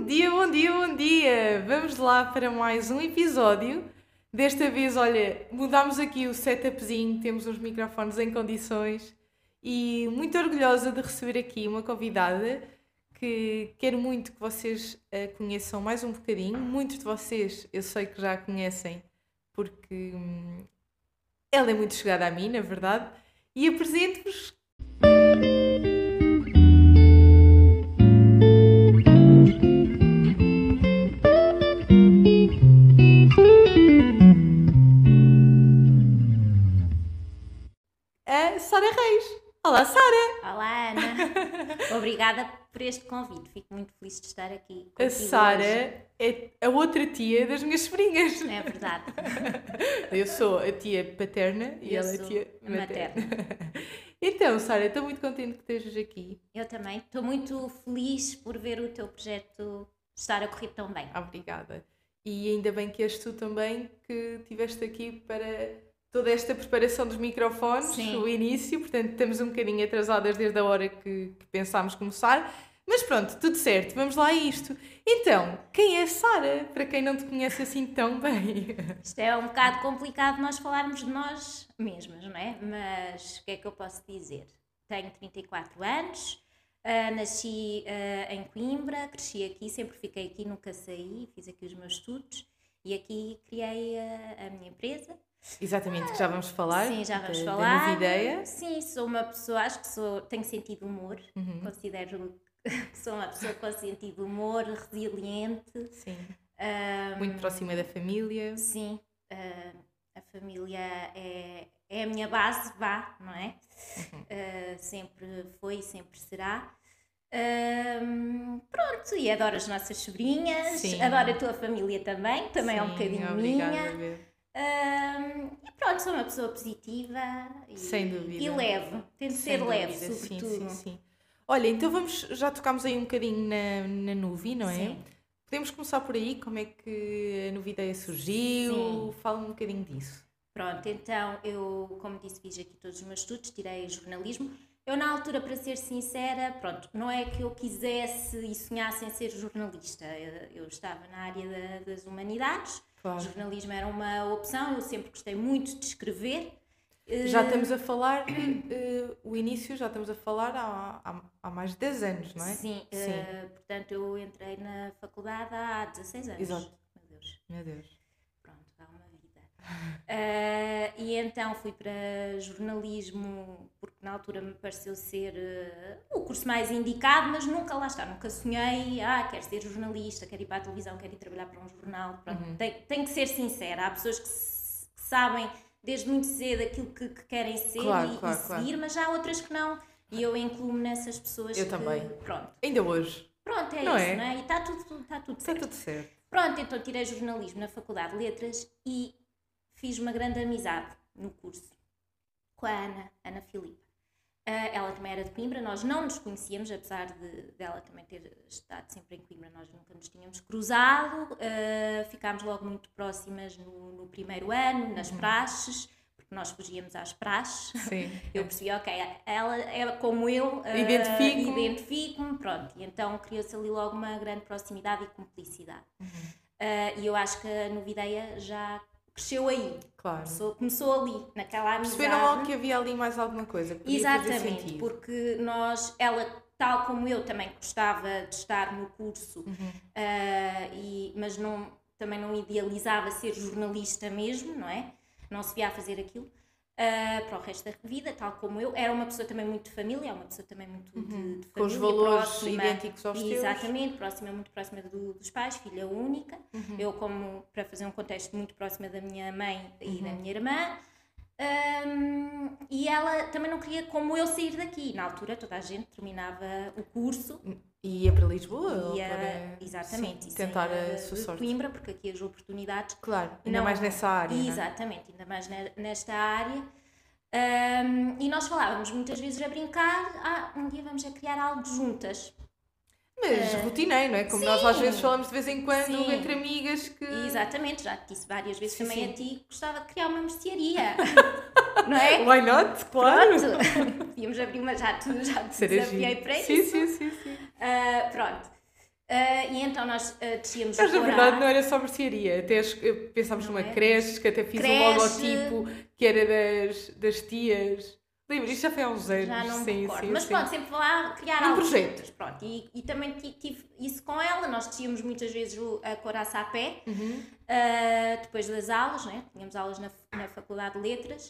Bom dia, bom dia, bom dia! Vamos lá para mais um episódio. Desta vez, olha, mudámos aqui o setupzinho, temos uns microfones em condições e muito orgulhosa de receber aqui uma convidada que quero muito que vocês a conheçam mais um bocadinho. Muitos de vocês eu sei que já a conhecem porque ela é muito chegada a mim, na verdade, e apresento-vos. A Sara Reis. Olá, Sara! Olá, Ana. Obrigada por este convite. Fico muito feliz de estar aqui A contigo Sara hoje. é a outra tia das minhas sobrinhas. É verdade. Eu sou a tia paterna e Eu ela é a sou tia a materna. materna. Então, Sara, estou muito contente que estejas aqui. Eu também. Estou muito feliz por ver o teu projeto estar a correr tão bem. Obrigada. E ainda bem que és tu também que estiveste aqui para toda esta preparação dos microfones, Sim. o início, portanto estamos um bocadinho atrasadas desde a hora que pensámos começar, mas pronto, tudo certo, vamos lá a isto. Então, quem é a Sara, para quem não te conhece assim tão bem? Isto é um bocado complicado nós falarmos de nós mesmas, não é? Mas o que é que eu posso dizer? Tenho 34 anos, nasci em Coimbra, cresci aqui, sempre fiquei aqui, nunca saí, fiz aqui os meus estudos e aqui criei a minha empresa. Exatamente, que já vamos falar. Sim, já vamos da falar. Nova Ideia. Sim, sou uma pessoa, acho que tenho sentido de humor, considero que sou uma pessoa com sentido de humor, resiliente. Sim. Muito próxima da família. Sim, a família é a minha base, não é? Sempre foi e sempre será. Pronto, e adoro as nossas sobrinhas, Sim. adoro a tua família também é um Sim, bocadinho obrigada, minha. Bê. E pronto, sou uma pessoa positiva Sem dúvida. e leve, tento Sem ser leve, dúvida, sobretudo. Sim. Olha, então já tocámos aí um bocadinho na Nuvi, não é? Sim. Podemos começar por aí, como é que a Nova Ideia surgiu? Sim. Fala um bocadinho disso. Pronto, então eu, como disse, fiz aqui todos os meus estudos, tirei jornalismo. Eu na altura, para ser sincera, pronto, não é que eu quisesse e sonhasse em ser jornalista. Eu estava na área das humanidades, Claro. jornalismo era uma opção, eu sempre gostei muito de escrever. Já estamos a falar, o início já estamos a falar há mais de 10 anos, não é? Sim, portanto eu entrei na faculdade há 16 anos. Exato. Meu Deus. Meu Deus. Pronto, dá uma vida. E então fui para jornalismo, porque na altura me pareceu ser o curso mais indicado, mas nunca lá está, nunca sonhei, quero ser jornalista, quero ir para a televisão, quero ir trabalhar para um jornal. Pronto, tenho que ser sincera, há pessoas que sabem desde muito cedo aquilo que querem ser e seguir, mas já há outras que não, e eu incluo-me nessas pessoas. Eu também. Pronto. Ainda hoje. Pronto, é Não isso, é? não é? E está tudo certo. Está tudo certo. Pronto, então tirei jornalismo na Faculdade de Letras e fiz uma grande amizade no curso com a Ana Filipa. Ela também era de Coimbra, nós não nos conhecíamos, apesar dela também ter estado sempre em Coimbra, nós nunca nos tínhamos cruzado, ficámos logo muito próximas no primeiro ano, nas praxes, porque nós fugíamos às praxes. Sim. Eu percebi, ok, ela é como eu, identifico-me, pronto, e então criou-se ali logo uma grande proximidade e cumplicidade. E eu acho que a Nova Ideia já cresceu aí, Claro. começou ali, naquela amizade. Perceberam logo que havia ali mais alguma coisa que podia fazer Exatamente, sentido. porque ela, tal como eu, também gostava de estar no curso, mas também não idealizava ser jornalista mesmo, não é? Não se via a fazer aquilo para o resto da vida, tal como eu. Era uma pessoa também muito de família, é uma pessoa também muito de família. Com os valores próxima, idênticos aos teus. Exatamente, muito próxima dos pais, filha única. Eu, para fazer um contexto, muito próxima da minha mãe e da minha irmã. E ela também não queria, como eu, sair daqui. Na altura toda a gente terminava o curso E ia para Lisboa? exatamente, sim, tentar a de sua sorte. Coimbra, porque aqui as oportunidades, Claro, ainda mais nessa área. exatamente, ainda mais nesta área. E nós falávamos muitas vezes a brincar, um dia vamos a criar algo juntas. Mas rotineiro, não é? Como sim. nós às vezes falamos de vez em quando Sim. entre amigas que... Exatamente, já te disse várias vezes também sim. a ti que gostava de criar uma mercearia. Não é? Why not? Claro. Pronto. Podíamos abrir uma, já te desafiei para isso. Sim. Pronto. E então nós descíamos Mas o na Corá. verdade não era só mercearia, até pensámos Não numa é? creche, que até fiz um Creche. logotipo que era das tias. Lembro, isto já foi há uns anos. Já não me sim, recordo. sim, Mas sim. pronto, sempre lá criar Um algo projeto. juntas, pronto. E também tive isso com ela. Nós descíamos muitas vezes a Coraça a pé, depois das aulas, né? Tínhamos aulas na Faculdade de Letras.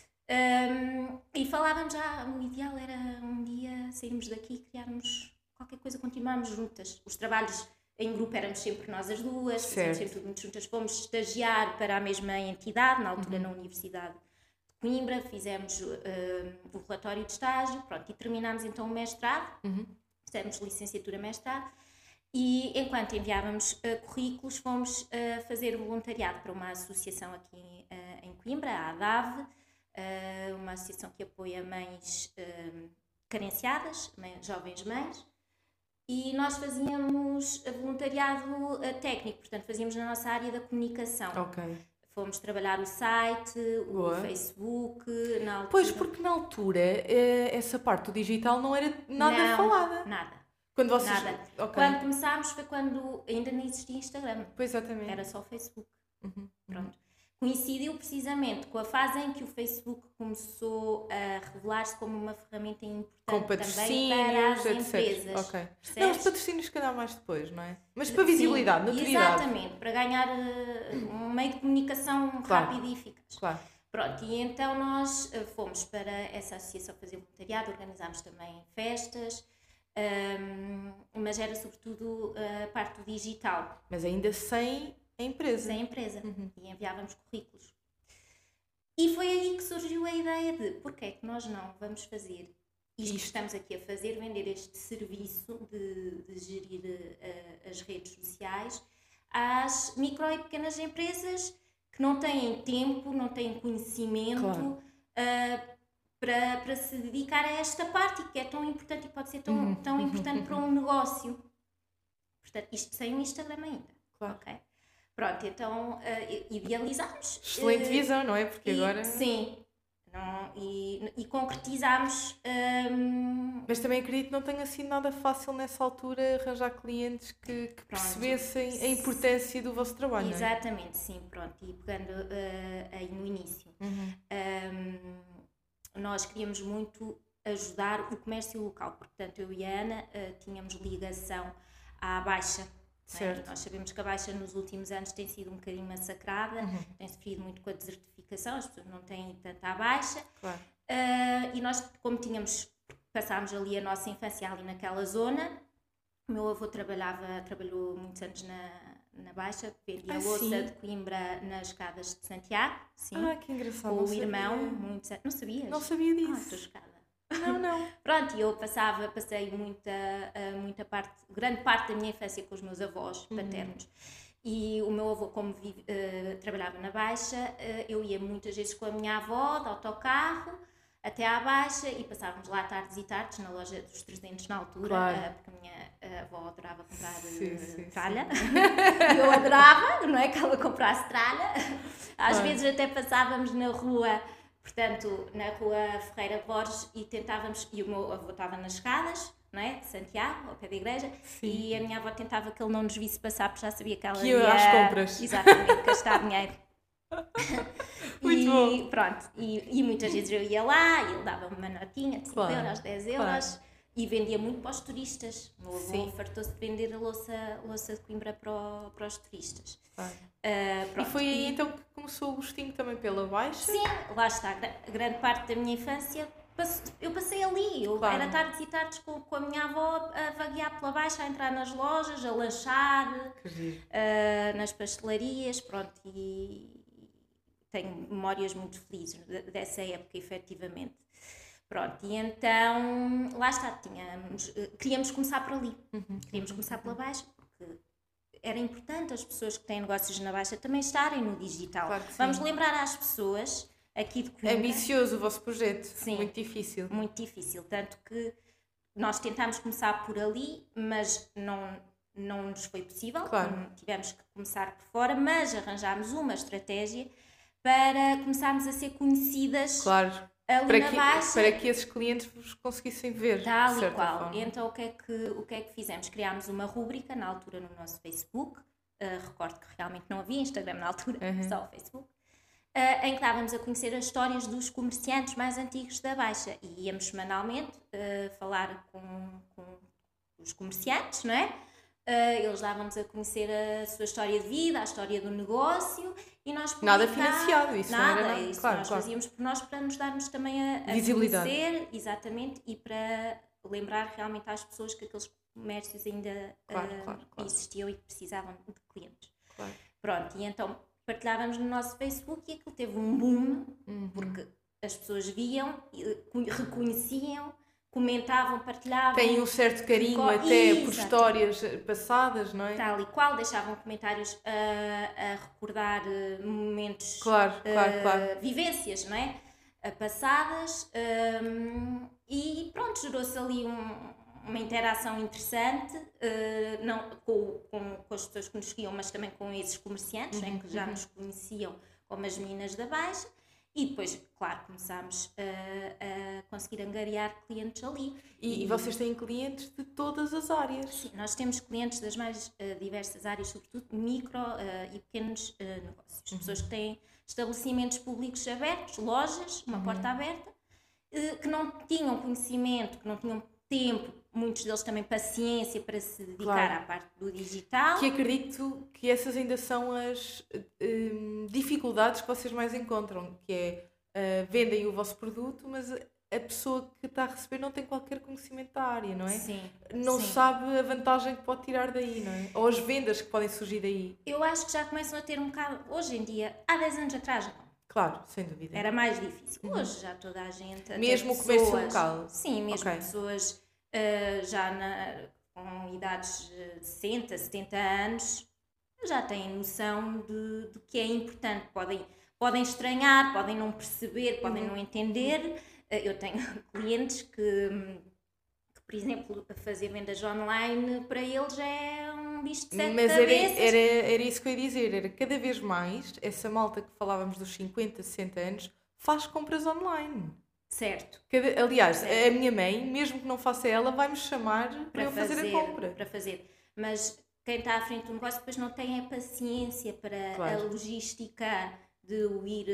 E falávamos já, o ideal era um dia sairmos daqui e criarmos qualquer coisa, continuarmos juntas. Os trabalhos em grupo éramos sempre nós as duas, fazíamos sempre tudo muito juntas. Fomos estagiar para a mesma entidade, na altura na Universidade de Coimbra, fizemos o relatório de estágio, pronto, e terminámos então o mestrado, fizemos licenciatura-mestrado, e enquanto enviávamos currículos, fomos fazer voluntariado para uma associação aqui em Coimbra, a ADAV, uma associação que apoia mães carenciadas, jovens mães, e nós fazíamos voluntariado técnico, portanto fazíamos na nossa área da comunicação. Ok. Fomos trabalhar o site, o Facebook, na altura. Pois, porque na altura essa parte do digital não era nada falada. Nada. Quando vocês... Nada. Okay. Quando começámos foi quando ainda não existia Instagram. Pois, exatamente. Era só o Facebook. Pronto. Coincidiu precisamente com a fase em que o Facebook começou a revelar-se como uma ferramenta importante também para as empresas. Okay. Não, os patrocínios se calhar mais depois, não é? Mas para visibilidade, notoriedade. Exatamente, para ganhar um meio de comunicação rápido e eficaz. Claro. Pronto, e então nós fomos para essa associação fazer voluntariado, organizámos também festas, mas era sobretudo a parte do digital. Mas ainda sem a empresa. Sem a empresa. E enviávamos currículos. E foi aí que surgiu a ideia de porque é que nós não vamos fazer isto que estamos aqui a fazer, vender este serviço de gerir as redes sociais às micro e pequenas empresas que não têm tempo, não têm conhecimento para se dedicar a esta parte que é tão importante e pode ser tão importante para um negócio. Portanto, isto sem o Instagram ainda. Claro. Okay? Pronto, então idealizámos. Excelente visão, não é? Porque agora... Sim. E concretizámos... Mas também acredito que não tenha sido nada fácil nessa altura arranjar clientes que percebessem a importância do vosso trabalho. Exatamente, não é? sim, pronto. E pegando aí no início. Nós queríamos muito ajudar o comércio local. Portanto, eu e a Ana tínhamos ligação à Baixa. Certo. Nós sabemos que a Baixa nos últimos anos tem sido um bocadinho massacrada, tem sofrido muito com a desertificação, as pessoas não têm ido tanto à Baixa. Claro. E nós, como passámos ali a nossa infância ali naquela zona, o meu avô trabalhou muitos anos na Baixa, vendia louça de Coimbra nas escadas de Santiago. Sim. Que engraçado. Com o irmão, muitos anos. Não sabias? Não sabia disso. Estou chocada. Não. Pronto, e eu passei grande parte da minha infância com os meus avós paternos. E o meu avô, como trabalhava na Baixa, eu ia muitas vezes com a minha avó de autocarro até à Baixa e passávamos lá tardes e tardes na loja dos 300 na altura, claro. porque a minha avó adorava comprar tralha. E eu adorava, não é que ela comprasse tralha. Às vezes até passávamos na rua. Portanto, na rua Ferreira Borges e o meu avô estava nas escadas, não é? De Santiago, ao pé da igreja, e a minha avó tentava que ele não nos visse passar, porque já sabia que ela ia às compras. Exatamente, gastar dinheiro. Muito bom. Pronto, e muitas vezes eu ia lá e ele dava-me uma notinha de 5 euros, 10 euros, e vendia muito para os turistas. O meu avô fartou-se de vender a louça de Coimbra para os turistas. E foi aí então que começou o gostinho também pela Baixa? Sim, lá está. Grande parte da minha infância eu passei ali. Era tardes e tardes com a minha avó a vaguear pela Baixa, a entrar nas lojas, a lanchar, nas pastelarias, pronto. E tenho memórias muito felizes dessa época, efetivamente. Pronto, e então, lá está, queríamos começar por ali. Queríamos começar pela Baixa, porque era importante as pessoas que têm negócios na Baixa também estarem no digital. Claro que Vamos lembrar às pessoas aqui de Coimbra. Ambicioso o vosso projeto, Sim, muito difícil. Muito difícil, tanto que nós tentámos começar por ali, mas não nos foi possível. Claro. Tivemos que começar por fora, mas arranjámos uma estratégia para começarmos a ser conhecidas ali na Baixa. Para que esses clientes vos conseguissem ver, Tal de e certa qual. forma. Então o que é que fizemos? Criámos uma rúbrica na altura no nosso Facebook, recordo que realmente não havia Instagram na altura, só o Facebook, em que dávamos a conhecer as histórias dos comerciantes mais antigos da Baixa e íamos semanalmente falar com os comerciantes, não é? Eles davam-nos a conhecer a sua história de vida, a história do negócio e nós Nada financiado, isso nada, não era nada. Isso Claro, nós claro. fazíamos por nós para nos darmos também a Visibilidade. conhecer, exatamente, e para lembrar realmente às pessoas que aqueles comércios ainda Claro. existiam e que precisavam de clientes. Claro. Pronto, e então partilhávamos no nosso Facebook e aquilo teve um boom, porque as pessoas viam, reconheciam, comentavam, partilhavam. Tem um certo carinho até por Exatamente. histórias passadas, não é? Tal e qual, deixavam comentários a recordar momentos, Claro. vivências, não é? Passadas, e pronto, gerou-se ali uma interação interessante, não com as pessoas que nos seguiam, mas também com esses comerciantes, que já nos conheciam como as meninas da Baixa. E depois, claro, começámos a conseguir angariar clientes ali. E vocês têm clientes de todas as áreas. Sim, nós temos clientes das mais diversas áreas, sobretudo micro e pequenos negócios. Pessoas que têm estabelecimentos públicos abertos, lojas, uma porta aberta, que não tinham conhecimento, que não tinham tempo, muitos deles também paciência para se dedicar à parte do digital. Que acredito que essas ainda são as dificuldades que vocês mais encontram, que é vendem o vosso produto, mas a pessoa que está a receber não tem qualquer conhecimento da área, não é? Sim. Não sim. sabe a vantagem que pode tirar daí, não é? Ou as vendas que podem surgir daí. Eu acho que já começam a ter um bocado, hoje em dia, há 10 anos atrás não. Claro, sem dúvida. Era mais difícil. Hoje já toda a gente... Mesmo o comércio local? Sim, mesmo pessoas já com idades de 60, 70 anos já têm noção do que é importante. Podem estranhar, podem não perceber, podem não entender. Eu tenho clientes que, por exemplo, fazer vendas online para eles é um bicho de sete cabeças. Era isso que eu ia dizer. Era cada vez mais essa malta que falávamos dos 50, 60 anos faz compras online. Certo. Aliás, a minha mãe, mesmo que não faça ela, vai-me chamar para eu fazer a compra. Para fazer. Mas quem está à frente do negócio depois não tem a paciência para a logística de o ir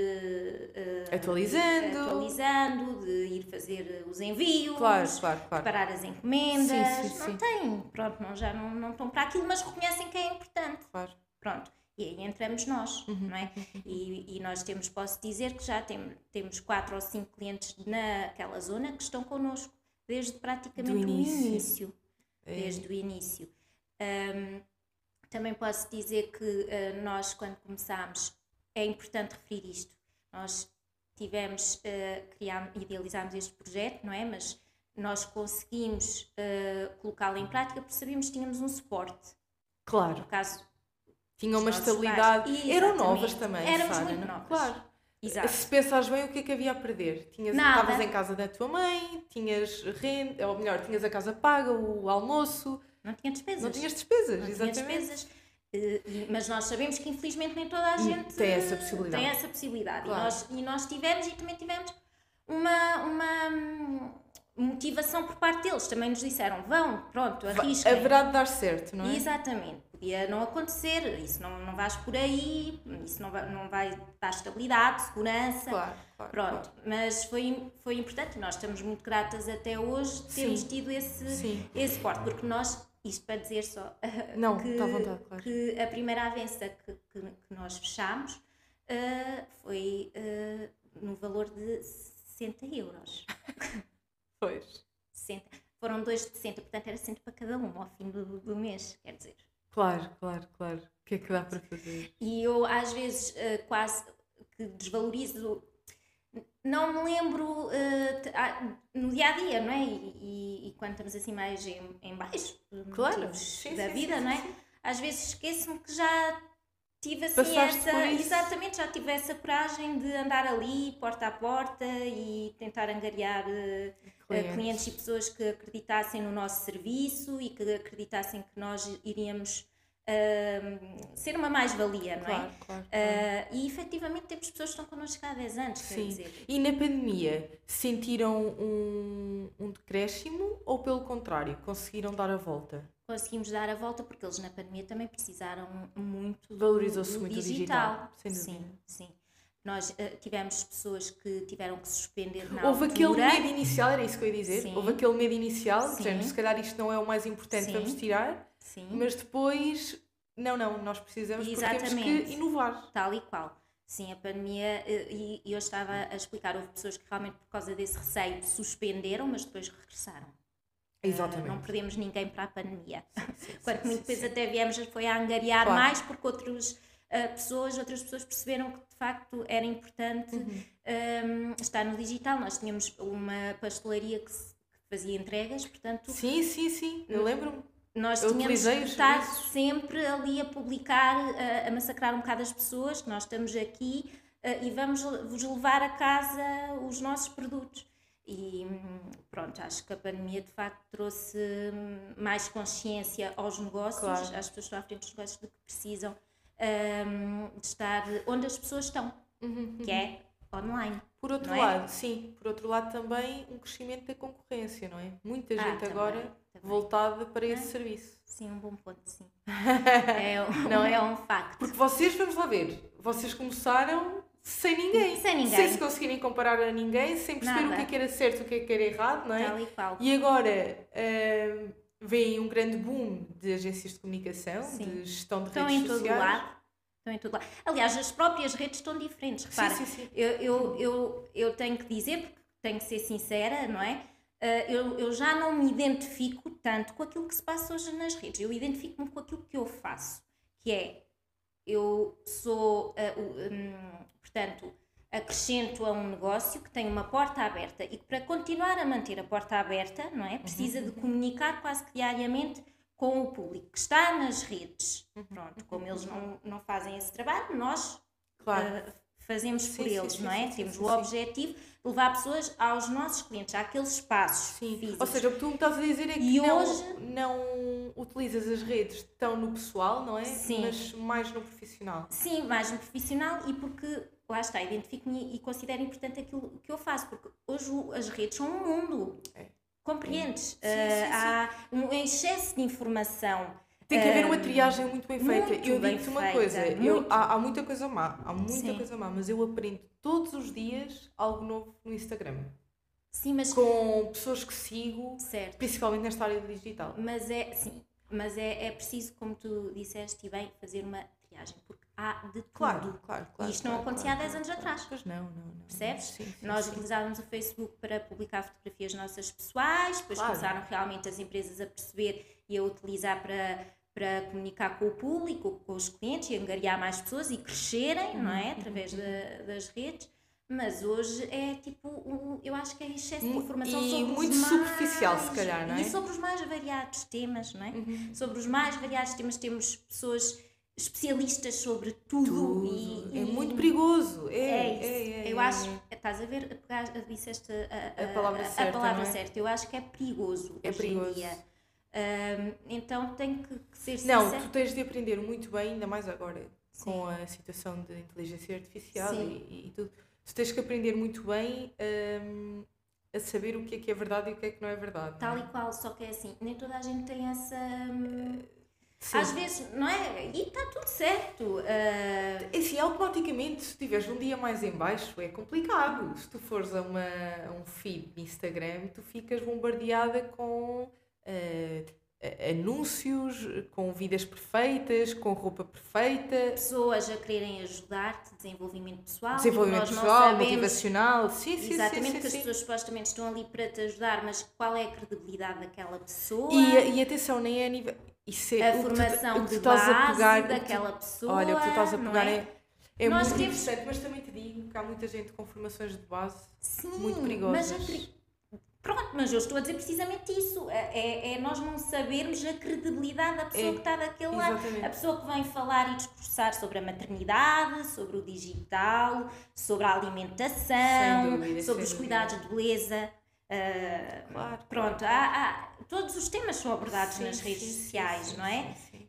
atualizando, de ir fazer os envios, preparar as encomendas. Sim. Não tem. Pronto, já não estão para aquilo, mas reconhecem que é importante. Claro. Pronto. E aí entramos nós, não é? E nós posso dizer que já temos 4 ou 5 clientes naquela zona que estão connosco desde praticamente o início. Desde o início. Também posso dizer que nós, quando começámos, é importante referir isto. Nós idealizámos este projeto, não é? Mas nós conseguimos colocá-lo em prática porque sabíamos que tínhamos um suporte. Claro. No caso... Tinham uma estabilidade. Eram novas também, éramos Sara, muito novas. Claro. Exato. Se pensares bem, o que é que havia a perder? Estavas em casa da tua mãe, tinhas renda, ou melhor, tinhas a casa paga, o almoço. Não tinha despesas. Não tinhas despesas, não exatamente. Tinha despesas. Mas nós sabemos que infelizmente nem toda a gente tem essa possibilidade. Claro. E nós tivemos e também tivemos uma motivação por parte deles. Também nos disseram, pronto, arrisquem. Haverá de dar certo, não é? Exatamente. Podia não acontecer, isso não vais por aí, isso não vai dar estabilidade, segurança. Claro. Pronto, mas foi importante. Nós estamos muito gratas até hoje de termos tido esse suporte, porque nós, isto para dizer só, está à vontade, claro. que a primeira avença que nós fechámos foi no valor de 60 euros. Pois. 60. Foram 2 de 60, portanto era 60 para cada um ao fim do mês, quer dizer. Claro. O que é que dá para fazer? E eu às vezes quase que desvalorizo, não me lembro no dia-a-dia, não é? E quando estamos assim mais em baixo, da vida, não é? Sim. Às vezes esqueço-me que já tive assim já tive essa coragem de andar ali porta a porta e tentar angariar clientes e pessoas que acreditassem no nosso serviço e que acreditassem que nós iríamos ser uma mais-valia, não Claro, é? claro. E efetivamente temos pessoas que estão connosco há 10 anos, quer Sim. dizer. E na pandemia, sentiram um decréscimo ou pelo contrário, conseguiram dar a volta? Conseguimos dar a volta porque eles na pandemia também precisaram muito Valorizou-se do muito o digital. digital, sem dúvida. Sim. Nós tivemos pessoas que tiveram que suspender na Houve altura. aquele medo inicial, era isso que eu ia dizer? Sim. Houve aquele medo inicial, de Sim. género, se calhar isto não é o mais importante, Sim. vamos tirar, Sim. mas depois, não, nós precisamos porque temos Exatamente. que inovar. Tal e qual. Sim, a pandemia, e eu estava a explicar, houve pessoas que realmente por causa desse receio suspenderam, mas depois regressaram. Exatamente. Não perdemos ninguém para a pandemia. Sim, Quanto sim, muito sim, depois sim. até viemos foi a angariar Claro. mais porque outras pessoas perceberam que de facto era importante estar no digital. Nós tínhamos uma pastelaria que fazia entregas, portanto Sim, eu lembro-me. nós Eu tínhamos utilizei que os estar serviços. sempre ali a publicar, a massacrar um bocado as pessoas, que nós estamos aqui e vamos vos levar a casa os nossos produtos. E pronto, acho que a pandemia de facto trouxe mais consciência aos negócios, Claro. às pessoas que estão à frente dos negócios, de que precisam de estar onde as pessoas estão, que é online. Por outro não é? lado, sim, por outro lado também um crescimento da concorrência, não é? Muita gente também, agora também. voltada para esse serviço. Sim, um bom ponto, sim. Não é? É um facto. Porque vocês, vamos lá ver, vocês começaram sem ninguém. Sem ninguém. Sem se conseguirem comparar a ninguém, sem perceber Nada. o que era certo e o que era errado, não é? Tal e qual. E agora vem um grande boom de agências de comunicação, Sim. de gestão de Estão redes em todo sociais. lado. Estão em todo lado. Aliás, as próprias redes estão diferentes. Repara, Sim. eu tenho que dizer, porque tenho que ser sincera, não é? Eu já não me identifico tanto com aquilo que se passa hoje nas redes. Eu identifico-me com aquilo que eu faço, que é, eu sou, portanto, acrescento a um negócio que tem uma porta aberta e que para continuar a manter a porta aberta, não é? Precisa de comunicar quase que diariamente com o público que está nas redes. Pronto, como eles não fazem esse trabalho, nós Claro. fazemos por eles, não é? sim, Temos sim, o sim. objetivo de levar pessoas aos nossos clientes, àqueles espaços Sim. físicos. Ou seja, o que tu me estás a dizer é que E não, hoje- não utilizas as redes tão no pessoal, não é? Sim. Mas mais no profissional. Sim, mais no profissional e porque, lá está, identifico-me e considero importante aquilo que eu faço, porque hoje as redes são um mundo. É. Compreendes? Sim. Há um excesso de informação. Tem que haver uma triagem muito bem feita. muito Eu bem digo-te uma feita, coisa, muito. há muita coisa má, Sim. mas eu aprendo todos os dias algo novo no Instagram. Sim, mas... Com pessoas que sigo, Certo. principalmente nesta área do digital. Mas é preciso, como tu disseste e bem, fazer uma triagem, porque há de tudo. Claro. E isto não acontecia há 10 anos atrás. Pois não. Percebes? Sim, Nós sim. utilizávamos o Facebook para publicar fotografias nossas pessoais, depois Claro. começaram realmente as empresas a perceber e a utilizar para comunicar com o público, com os clientes e angariar mais pessoas e crescerem, não é? Através das redes. Mas hoje é tipo, eu acho que é excesso de informação E sobre muito os superficial, se calhar, não é? E sobre os mais variados temas, não é? Sobre os mais variados temas temos pessoas especialistas sobre tudo. É muito perigoso. É isso. Eu acho, estás a ver, disseste A palavra certa, a palavra não é? certa. Eu acho que é perigoso É hoje perigoso. em dia. Então tenho que ser Não, sincera. tu tens de aprender muito bem, ainda mais agora, Sim. com a situação de inteligência artificial Sim. e tudo. Tu tens que aprender muito bem a saber o que é verdade e o que é que não é verdade. Tal não e qual, só que é assim, nem toda a gente tem essa... Sim. Às vezes, não é? E está tudo certo. É assim, automaticamente, se tiveres um dia mais em baixo, é complicado. Se tu fores a um feed de Instagram, tu ficas bombardeada com anúncios, com vidas perfeitas, com roupa perfeita, Pessoas a quererem ajudar-te, desenvolvimento pessoal. desenvolvimento Nós não pessoal, sabemos motivacional. Sim, exatamente que as sim. pessoas supostamente estão ali para te ajudar, mas qual é a credibilidade daquela pessoa? E atenção, nem é a nível. Isso é A o que tu- formação o que tu de estás a base pegar, o que tu- daquela pessoa. Olha, o que tu estás a não pegar é? é Nós muito temos- interessante, mas também te digo que há muita gente com formações de base Sim, muito perigosas. Pronto, mas eu estou a dizer precisamente isso. É nós não sabermos a credibilidade da pessoa É, que está daquele lado. exatamente. A pessoa que vem falar e discursar sobre a maternidade, sobre o digital, sobre a alimentação, Sem dúvida, sobre sem os cuidados de beleza. Claro, Pronto, todos os temas são abordados Sim, nas redes sim, sociais, sim, não é? sim.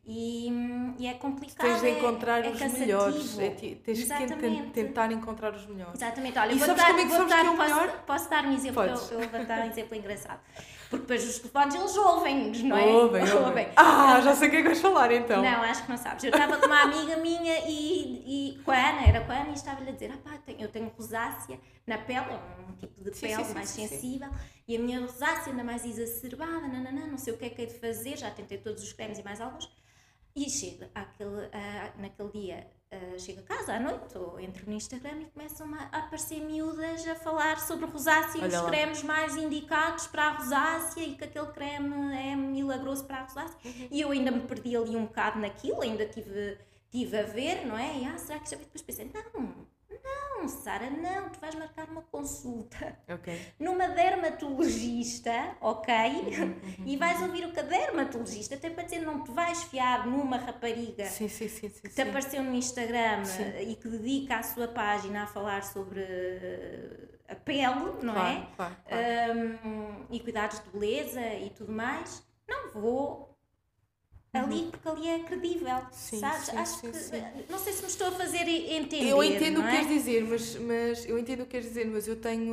E é complicado. Tens de encontrar os cansativo. melhores. Tens Exatamente. que tentar encontrar os melhores. Exatamente. Olha, E sabes como é que sabes que é o melhor? Posso dar um exemplo? Podes. Eu vou dar um exemplo engraçado. Porque depois os telefones, eles ouvem-nos, não é? Ouvem. Já sei o que é que vais falar então. Não, acho que não sabes. Eu estava com uma amiga minha e com a Ana, e estava-lhe a dizer, eu tenho rosácea na pele, é um tipo de pele mais sensível, e a minha rosácea anda mais exacerbada, não sei o que é de fazer, já tentei todos os cremes e mais alguns. E chega naquele dia, chego a casa à noite, ou entro no Instagram e começam a aparecer miúdas a falar sobre rosácea e os cremes mais indicados para a rosácea e que aquele creme é milagroso para a rosácea. E eu ainda me perdi ali um bocado naquilo, ainda tive a ver, não é? E será que já vi? Depois pensei, não, Sara, não, tu vais marcar uma consulta numa dermatologista, ok? E vais ouvir o que a dermatologista tem para dizer, não te vais fiar numa rapariga que te apareceu no Instagram e que dedica a sua página a falar sobre a pele, não é? Claro. E cuidados de beleza e tudo mais. Não vou ali, porque ali é credível, sabes? Acho que não sei se me estou a fazer entender. Eu entendo o que queres dizer, mas eu entendo o que queres dizer, mas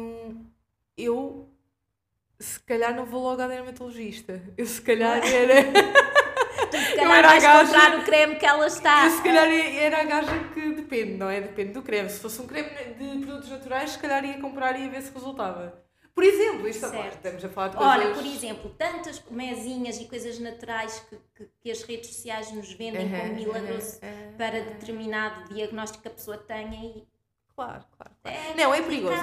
eu se calhar não vou logo à dermatologista. Eu se calhar era se calhar vais comprar o creme que ela está. Eu se calhar era a gaja que depende, não é? Depende do creme. Se fosse um creme de produtos naturais, se calhar ia comprar e ia ver se resultava. Por exemplo, estamos a falar de coisas... Olha, por exemplo, tantas mesinhas e coisas naturais que as redes sociais nos vendem como milagroso para determinado diagnóstico que a pessoa tenha e... Claro. Não, é perigoso.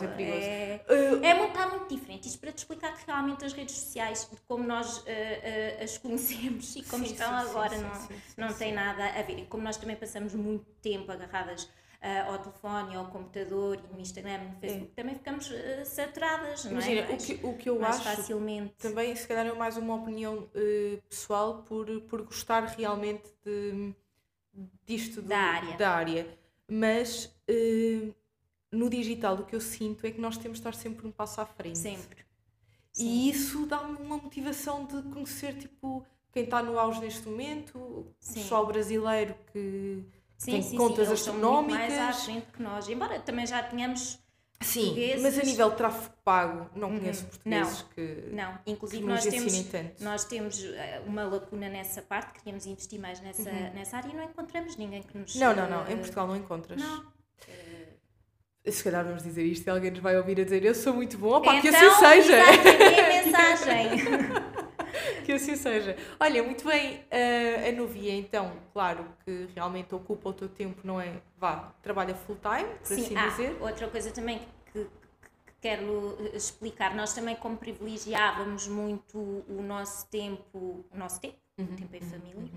Está muito diferente. Isto para te explicar que realmente as redes sociais, como nós as conhecemos e como estão agora, não tem nada a ver. E como nós também passamos muito tempo agarradas ao telefone, ao computador e no Instagram e no Facebook, também ficamos saturadas, não é? Imagina, o que eu acho facilmente. Também, se calhar, é mais uma opinião pessoal por gostar realmente disto da área. Mas no digital o que eu sinto é que nós temos de estar sempre um passo à frente. Sempre. E isso dá-me uma motivação de conhecer quem está no auge neste momento, o pessoal brasileiro que... tem contas astronómicas. Muito mais à frente que nós, embora também já tenhamos portugueses. Mas a nível de tráfego pago, não conheço portugueses não. Inclusive nós temos uma lacuna nessa parte, queríamos investir mais nessa área e não encontramos ninguém que nos... Não, em Portugal não encontras. Não. Se calhar vamos dizer isto e alguém nos vai ouvir a dizer eu sou muito bom, então, que assim seja. Exatamente, a mensagem. Que assim seja. Olha, muito bem, a Nuvia, então, claro que realmente ocupa o teu tempo, não é? Trabalha full time, por assim dizer. Outra coisa também que quero explicar, nós também como privilegiávamos muito o nosso tempo tempo em família,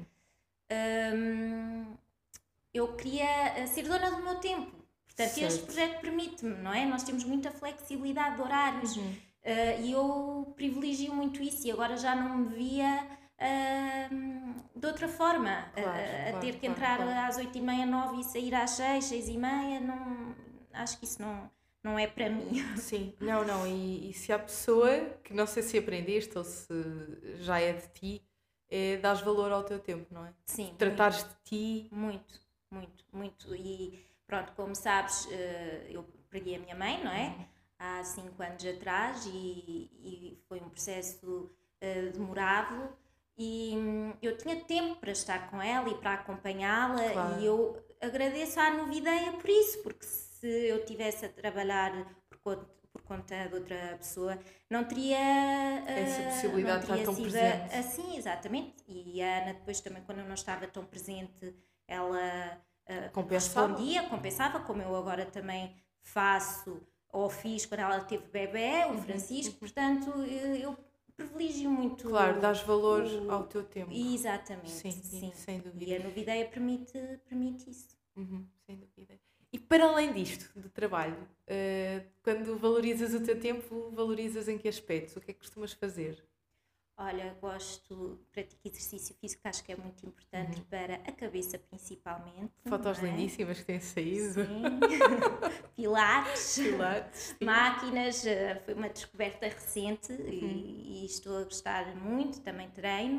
eu queria ser dona do meu tempo. Portanto, este projeto permite-me, não é? Nós temos muita flexibilidade de horários. E eu privilegio muito isso e agora já não me via de outra forma, a ter que entrar às 8h30, 9h e sair às 6, 6h30, acho que isso não é para mim. Sim, não, e se há pessoa que não sei se aprendeste ou se já é de ti, dás valor ao teu tempo, não é? Sim. Tratares de ti. Muito. E pronto, como sabes, eu perdi a minha mãe, não é? Há 5 anos atrás e foi um processo demorado e eu tinha tempo para estar com ela e para acompanhá-la e eu agradeço à Nuvideia por isso, porque se eu tivesse a trabalhar por conta de outra pessoa, não teria essa possibilidade de estar tão presente. Assim, exatamente. E a Ana depois também, quando eu não estava tão presente, ela compensava, como eu agora também faço ou fiz quando ela teve bebê, o Francisco, portanto eu privilegio muito. Claro, dás valor ao teu tempo. Exatamente, sim. Sem dúvida. E a Nuvideia permite isso. Sem dúvida. E para além disto, do trabalho, quando valorizas o teu tempo, valorizas em que aspectos? O que é que costumas fazer? Olha, pratico exercício físico, acho que é muito importante para a cabeça principalmente. Fotos lindíssimas que têm saído. Sim. Pilates, máquinas, foi uma descoberta recente e estou a gostar muito, também treino.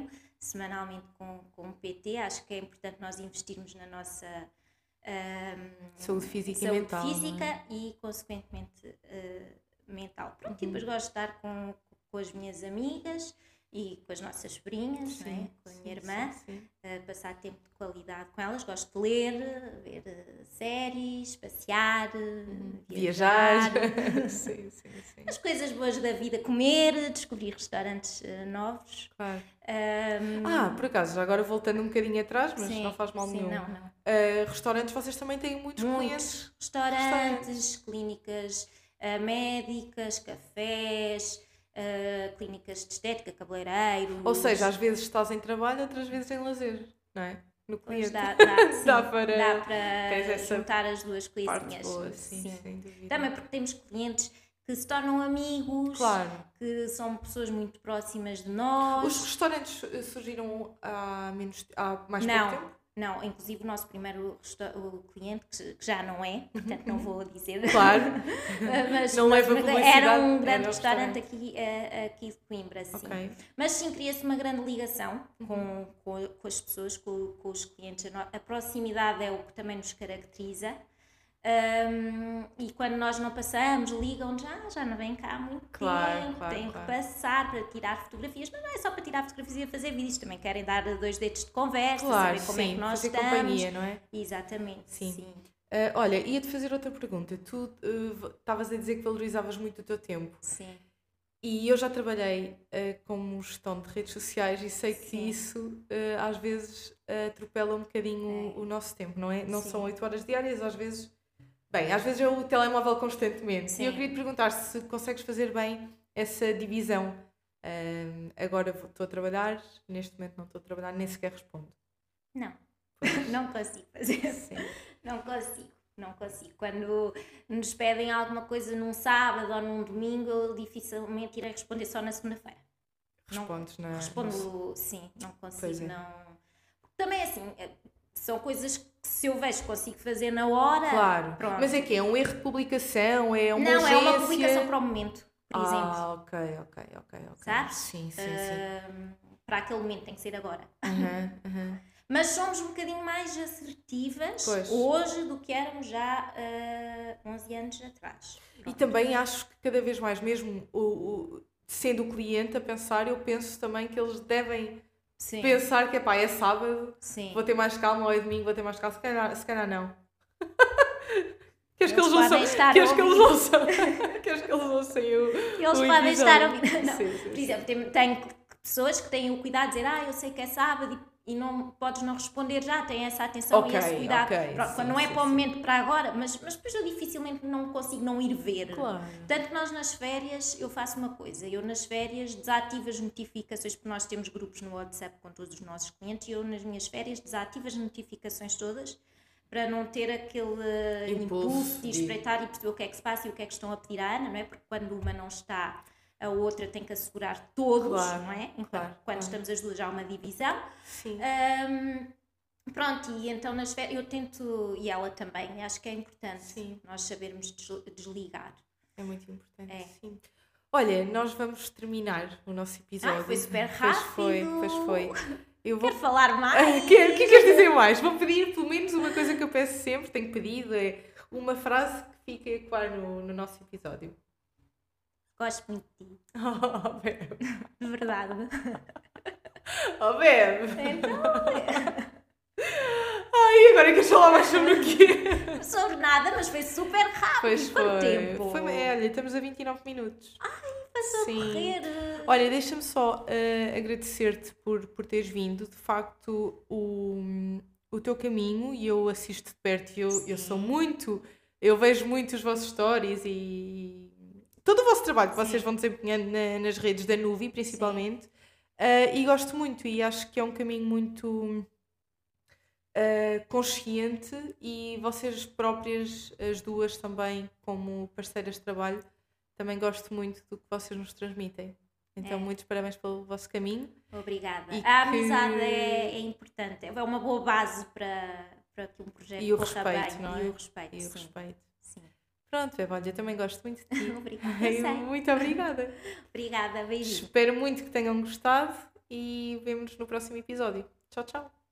semanalmente com o PT. Acho que é importante nós investirmos na nossa saúde física e saúde mental. física não é? e, consequentemente, mental. Pronto, e depois gosto de estar com as minhas amigas e com as nossas sobrinhas, não é? Com a minha irmã, sim. passar tempo de qualidade com elas. Gosto de ler, ver séries, passear, viajar. sim. As coisas boas da vida, comer, descobrir restaurantes novos. Claro. Por acaso, já agora voltando um bocadinho atrás, mas não faz mal nenhum. Não. Restaurantes, vocês também têm muitos clientes? Restaurantes, clínicas médicas, cafés, clínicas de estética, cabeleireiros. Ou seja, às vezes estás em trabalho, outras vezes em lazer, não é? No Pois cliente. dá para juntar as duas coisinhas. boa, sim, sem dúvida. Também porque temos clientes que se tornam amigos, Claro. que são pessoas muito próximas de nós. Os restaurantes surgiram há mais pouco tempo? Não, inclusive o nosso primeiro cliente, que já não é, portanto não vou dizer. Claro. Mas não leva publicidade. era um grande restaurante aqui de Coimbra, sim. Okay. Mas sim, cria-se uma grande ligação com as pessoas, com os clientes. A proximidade é o que também nos caracteriza. E quando nós não passamos, ligam já não vem cá há muito tempo, tenho que passar para tirar fotografias, mas não é só para tirar fotografias e fazer vídeos, também querem dar 2 dedos de conversa, saber como é que nós fazer estamos. Companhia, não é? Exatamente, sim. Olha, ia-te fazer outra pergunta. Tu estavas a dizer que valorizavas muito o teu tempo. Sim. E eu já trabalhei como gestão de redes sociais e sei que isso às vezes atropela um bocadinho o nosso tempo, não é? Não são 8 horas diárias, às vezes é o telemóvel constantemente. Sim. E eu queria te perguntar se consegues fazer bem essa divisão. Agora estou a trabalhar, neste momento não estou a trabalhar, nem sequer respondo. Não consigo fazer. Sim. Não consigo. Quando nos pedem alguma coisa num sábado ou num domingo, eu dificilmente irei responder só na segunda-feira. Respondes na... Respondo, sim, não consigo, não... Também assim... São coisas que se eu vejo consigo fazer na hora... Claro. Pronto. Mas é um erro de publicação? É uma urgência? Não, é uma publicação para o momento, por exemplo. Ok. Sabes? Sim. Para aquele momento, tem que ser agora. Mas somos um bocadinho mais assertivas hoje do que éramos já 11 anos atrás. Pronto. E também acho que cada vez mais, mesmo sendo o cliente a pensar, eu penso também que eles devem... Sim. Pensar que é sábado, sim. Vou ter mais calma, ou é domingo, vou ter mais calma, se calhar não. Queres que eles ouçam? Queres que eles ouçam Eles podem estar a ouvir. Sim. Por exemplo, tenho pessoas que têm o cuidado de dizer eu sei que é sábado e não podes não responder já, têm essa atenção e esse cuidado. Pronto, quando não é para o momento, para agora, mas depois eu dificilmente não consigo não ir ver. Claro. Tanto que nós nas férias, eu faço uma coisa, eu nas férias desativo as notificações, porque nós temos grupos no WhatsApp com todos os nossos clientes, e eu nas minhas férias desativo as notificações todas, para não ter aquele impulso de espreitar e perceber o que é que se passa e o que é que estão a pedir à Ana, não é? Porque quando uma não está... A outra tem que assegurar todos, não é? Então, quando estamos as duas, já há uma divisão. Sim. Pronto, e então nas férias eu tento, e ela também, acho que é importante nós sabermos desligar. É muito importante, sim. Olha, nós vamos terminar o nosso episódio. Foi super rápido. Pois foi. Quero falar mais. O que queres dizer mais? Vou pedir pelo menos uma coisa que eu peço sempre, tenho pedido, é uma frase que fique a ecoar no nosso episódio. Gosto muito de ti. Bebe. De verdade. Bebe. Então... Ai, agora queres falar mais sobre o quê? Sobre nada, mas foi super rápido. Pois foi. Quanto tempo? Olha, estamos a 29 minutos. Ai, passou a correr. Olha, deixa-me só agradecer-te por teres vindo. De facto, o teu caminho, e eu assisto de perto, e eu sou muito... Eu vejo muito os vossos stories e... todo o vosso trabalho que vocês vão desempenhando nas redes da Nuvi, principalmente, e gosto muito, e acho que é um caminho muito consciente, e vocês próprias, as duas também, como parceiras de trabalho, também gosto muito do que vocês nos transmitem. Então, muitos parabéns pelo vosso caminho. Obrigada. A amizade é importante, é uma boa base para que um projeto corra bem. Não é? E o respeito, sim. Sim. Pronto, Bebe, olha, eu também gosto muito de ti. Obrigada. Muito obrigada. Obrigada, beijinho. Espero muito que tenham gostado e vemo-nos no próximo episódio. Tchau, tchau!